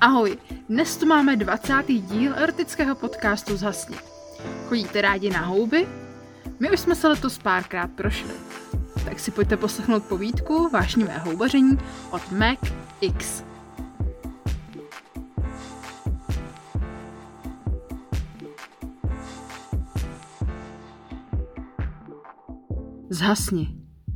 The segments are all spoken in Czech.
Ahoj, dnes tu máme 20. díl erotického podcastu Zhasni. Chodíte rádi na houby? My už jsme se letos párkrát prošli. Tak si pojďte poslechnout povídku Vášnivé houbaření od Mac X. Zhasni.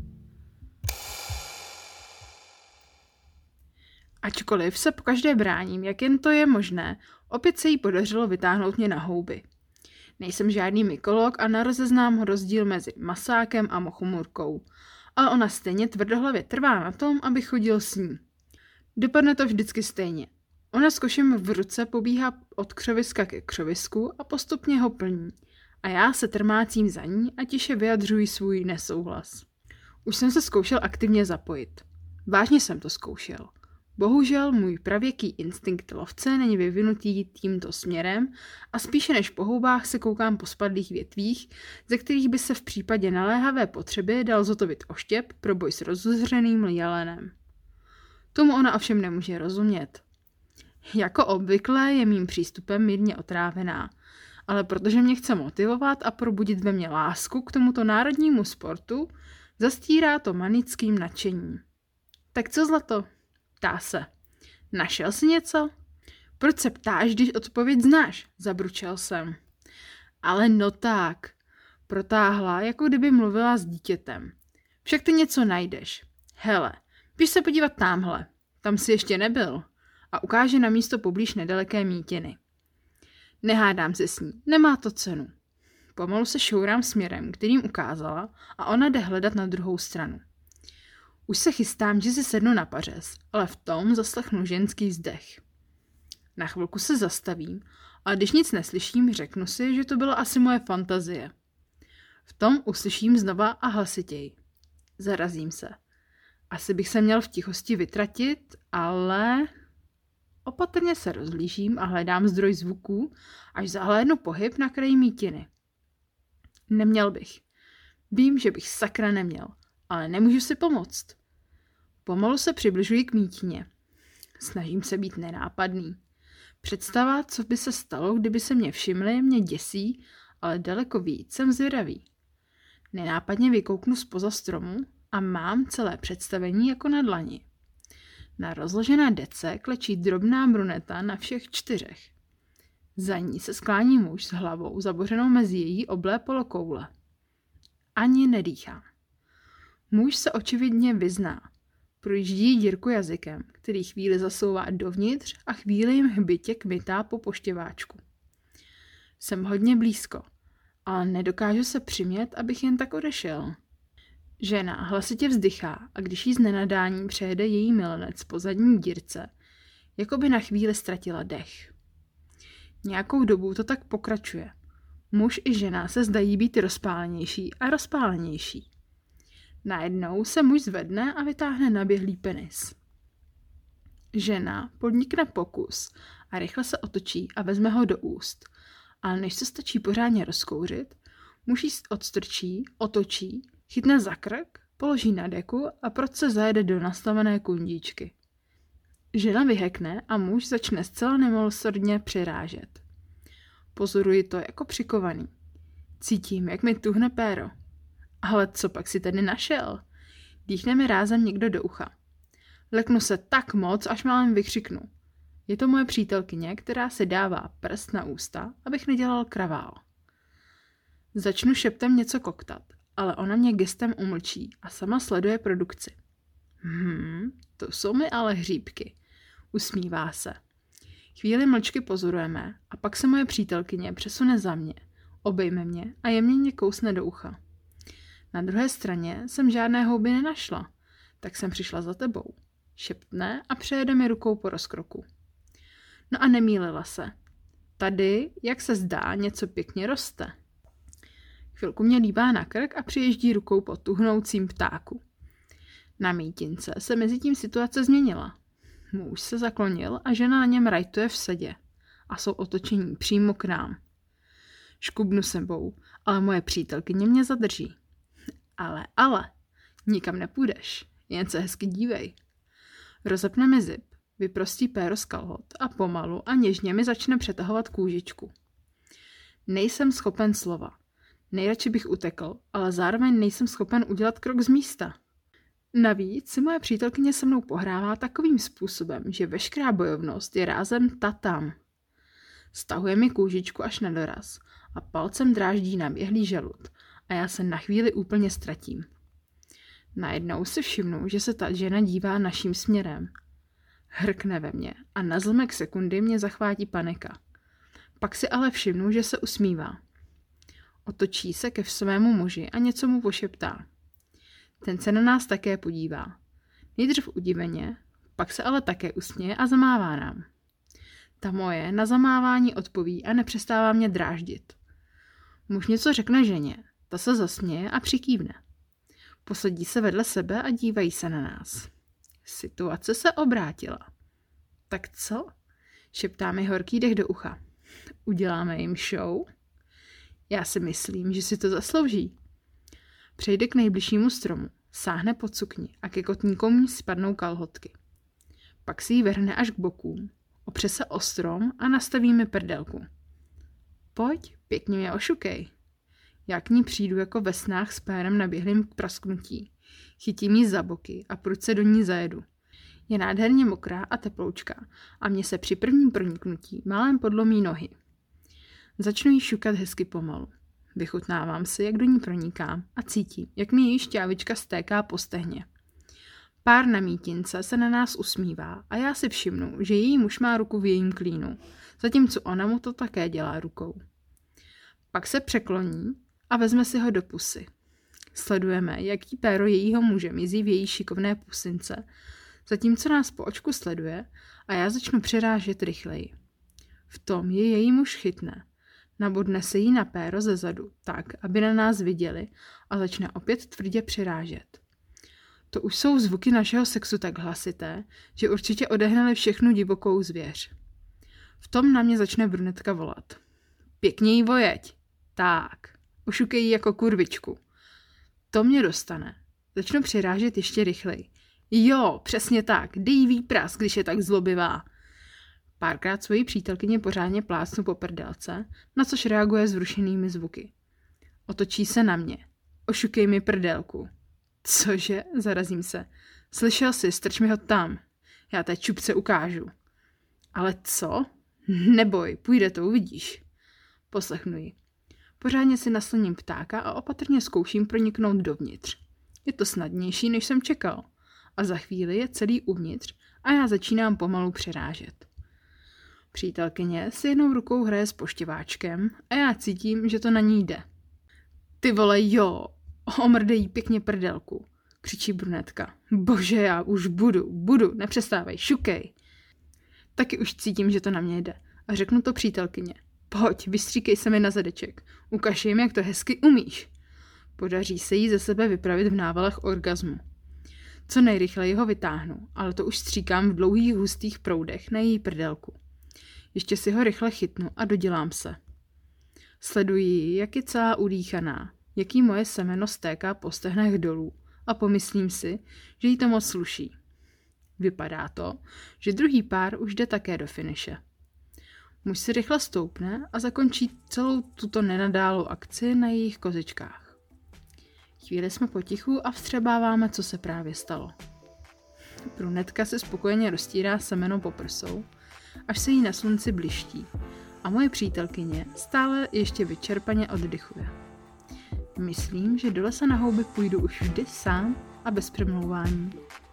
Ačkoliv se pokaždé bráním, jak jen to je možné, opět se jí podařilo vytáhnout mě na houby. Nejsem žádný mykolog a nerozeznám rozdíl mezi masákem a mochomůrkou, ale ona stejně tvrdohlavě trvá na tom, aby chodil s ní. Dopadne to vždycky stejně. Ona s košem v ruce pobíhá od křoviska ke křovisku a postupně ho plní. A já se trmácím za ní a tiše vyjadřuji svůj nesouhlas. Už jsem se zkoušel aktivně zapojit. Vážně jsem to zkoušel. Bohužel můj pravěký instinkt lovce není vyvinutý tímto směrem a spíše než po houbách se koukám po spadlých větvích, ze kterých by se v případě naléhavé potřeby dal zotovit oštěp pro boj s rozuzřeným jelenem. Tomu ona ovšem nemůže rozumět. Jako obvykle je mým přístupem mírně otrávená, ale protože mě chce motivovat a probudit ve mně lásku k tomuto národnímu sportu, zastírá to manickým nadšením. Tak co zlato? Ptá se. Našel jsi něco? Proč se ptáš, když odpověď znáš? Zabručel jsem. Ale no tak. Protáhla, jako kdyby mluvila s dítětem. Však ty něco najdeš. Hele, běž se podívat támhle. Tam jsi ještě nebyl. A ukáže na místo poblíž nedaleké mítiny. Nehádám se s ní, nemá to cenu. Pomalu se šourám směrem, kterým ukázala, a ona jde hledat na druhou stranu. Už se chystám, že si sednu na pařez, ale v tom zaslechnu ženský vzdech. Na chvilku se zastavím, ale když nic neslyším, řeknu si, že to byla asi moje fantazie. V tom uslyším znova a hlasitěji. Zarazím se. Asi bych se měl v tichosti vytratit, ale... Opatrně se rozhlížím a hledám zdroj zvuků, až zahlédnu pohyb na kraji mítiny. Neměl bych. Vím, že bych sakra neměl. Ale nemůžu si pomoct. Pomalu se přibližuji k mítině. Snažím se být nenápadný. Představa, co by se stalo, kdyby se mě všimli, mě děsí, ale daleko víc jsem zvědavý. Nenápadně vykouknu zpoza stromu a mám celé představení jako na dlani. Na rozložené dece klečí drobná bruneta na všech 4. Za ní se sklání muž s hlavou zabořenou mezi její oblé polokoule. Ani nedýchám. Muž se očividně vyzná. Projíždí dírku jazykem, který chvíli zasouvá dovnitř a chvíli jim hbitě kmitá po poštěváčku. Jsem hodně blízko, ale nedokážu se přimět, abych jen tak odešel. Žena hlasitě vzdychá a když jí z nenadání přejede její milenec po zadní dírce, jako by na chvíli ztratila dech. Nějakou dobu to tak pokračuje. Muž i žena se zdají být rozpálenější a rozpálenější. Najednou se muž zvedne a vytáhne naběhlý penis. Žena podnikne pokus a rychle se otočí a vezme ho do úst, ale než se stačí pořádně rozkouřit, muž ji odstrčí, otočí, chytne za krk, položí na deku a proč se zajede do nastavené kundíčky. Žena vyhekne a muž začne zcela nemilosrdně přirážet. Pozoruji to jako přikovaný. Cítím, jak mi tuhne péro. Ale co pak si tedy našel? Dýchne mi rázem někdo do ucha. Leknu se tak moc, až málem vykřiknu. Je to moje přítelkyně, která se dává prst na ústa, abych nedělal kravál. Začnu šeptem něco koktat, ale ona mě gestem umlčí a sama sleduje produkci. To jsou mi ale hříbky. Usmívá se. Chvíli mlčky pozorujeme a pak se moje přítelkyně přesune za mě, obejme mě a jemně mě kousne do ucha. Na druhé straně jsem žádné houby nenašla, tak jsem přišla za tebou. Šeptne a přejede mi rukou po rozkroku. No a nemýlila se. Tady, jak se zdá, něco pěkně roste. Chvilku mě líbá na krk a přiježdí rukou po tuhnoucím ptáku. Na mítince se mezitím situace změnila. Muž se zaklonil a žena na něm rajtuje v sedě a jsou otočení přímo k nám. Škubnu sebou, ale moje přítelkyně mě zadrží. Ale, nikam nepůjdeš, jen se hezky dívej. Rozepne mi zip, vyprostí péro z kalhot a pomalu a něžně mi začne přetahovat kůžičku. Nejsem schopen slova. Nejradši bych utekl, ale zároveň nejsem schopen udělat krok z místa. Navíc si moje přítelkyně se mnou pohrává takovým způsobem, že veškerá bojovnost je rázem tatam. Stahuje mi kůžičku až na doraz a palcem dráždí naběhlý žalud a já se na chvíli úplně ztratím. Najednou si všimnu, že se ta žena dívá naším směrem. Hrkne ve mně a na zlomek sekundy mě zachvátí panika. Pak si ale všimnu, že se usmívá. Otočí se ke svému muži a něco mu pošeptá. Ten se na nás také podívá. Nejdřív udiveně, pak se ale také usměje a zamává nám. Ta moje na zamávání odpoví a nepřestává mě dráždit. Muž něco řekne ženě, ta se zasměje a přikývne. Posadí se vedle sebe a dívají se na nás. Situace se obrátila. Tak co? Šeptá mi horký dech do ucha. Uděláme jim show? Já si myslím, že si to zaslouží. Přejde k nejbližšímu stromu, sáhne pod sukni a ke kotníkům spadnou kalhotky. Pak si ji vrhne až k bokům, opře se o strom a nastaví mi prdelku. Pojď, pěkně mě ošukej. Já k ní přijdu jako ve snách s pérem naběhlým k prasknutí. Chytím ji za boky a pruď se do ní zajedu. Je nádherně mokrá a teploučká a mně se při prvním proniknutí málem podlomí nohy. Začnu jí šukat hezky pomalu. Vychutnávám si, jak do ní pronikám a cítím, jak mi její šťávička stéká po stehně. Pár na mítince se na nás usmívá a já si všimnu, že její muž má ruku v jejím klínu, zatímco ona mu to také dělá rukou. Pak se překloní a vezme si ho do pusy. Sledujeme, jaký péro jejího muže mizí v její šikovné pusince, zatímco nás po očku sleduje a já začnu přirážet rychleji. V tom je její muž chytne. Nabodne se jí na péro ze zadu, tak, aby na nás viděli a začne opět tvrdě přirážet. To už jsou zvuky našeho sexu tak hlasité, že určitě odehnali všechnu divokou zvěř. V tom na mě začne brunetka volat. Pěkně jí vojeď. Tak, ušukej jí jako kurvičku. To mě dostane. Začnu přirážet ještě rychleji. Jo, přesně tak, dej jí výprask, když je tak zlobivá. Párkrát svoji přítelkyni pořádně plácnu po prdelce, na což reaguje zrušenými zvuky. Otočí se na mě. Ošukej mi prdelku. Cože? Zarazím se. Slyšel jsi, strč mi ho tam. Já té čupce ukážu. Ale co? Neboj, půjde to, uvidíš. Poslechnu ji. Pořádně si nasloním ptáka a opatrně zkouším proniknout dovnitř. Je to snadnější, než jsem čekal. A za chvíli je celý uvnitř a já začínám pomalu přirážet. Přítelkyně si jednou rukou hraje s poštěváčkem a já cítím, že to na ní jde. Ty vole, jo, omrdej jí pěkně prdelku, křičí brunetka. Bože, já už budu, nepřestávej, šukej. Taky už cítím, že to na mě jde a řeknu to přítelkyně. Pojď, vystříkej se mi na zadeček, ukaž jim, jak to hezky umíš. Podaří se jí ze sebe vypravit v návalech orgazmu. Co nejrychleji ho vytáhnu, ale to už stříkám v dlouhých hustých proudech na její prdelku. Ještě si ho rychle chytnu a dodělám se. Sleduji, jak je celá udýchaná, jaký moje semeno stéká po stehnech dolů a pomyslím si, že jí to moc sluší. Vypadá to, že druhý pár už jde také do finiše. Muž si rychle stoupne a zakončí celou tuto nenadálou akci na jejich kozičkách. Chvíli jsme potichu a vstřebáváme, co se právě stalo. Brunetka se spokojeně roztírá semeno po prsou, až se jí na slunci bliští a moje přítelkyně stále ještě vyčerpaně oddychuje. Myslím, že do lesa na houby půjdu už vždy sám a bez přemlouvání.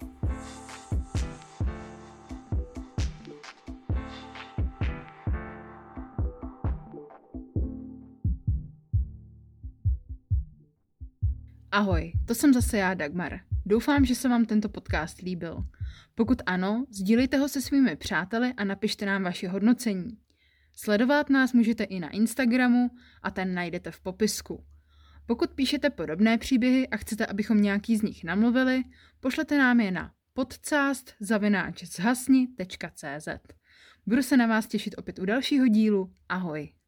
Ahoj, to jsem zase já, Dagmar. Doufám, že se vám tento podcast líbil. Pokud ano, sdílejte ho se svými přáteli a napište nám vaše hodnocení. Sledovat nás můžete i na Instagramu a ten najdete v popisku. Pokud píšete podobné příběhy a chcete, abychom nějaký z nich namluvili, pošlete nám je na podcast@zhasni.cz. Budu se na vás těšit opět u dalšího dílu. Ahoj.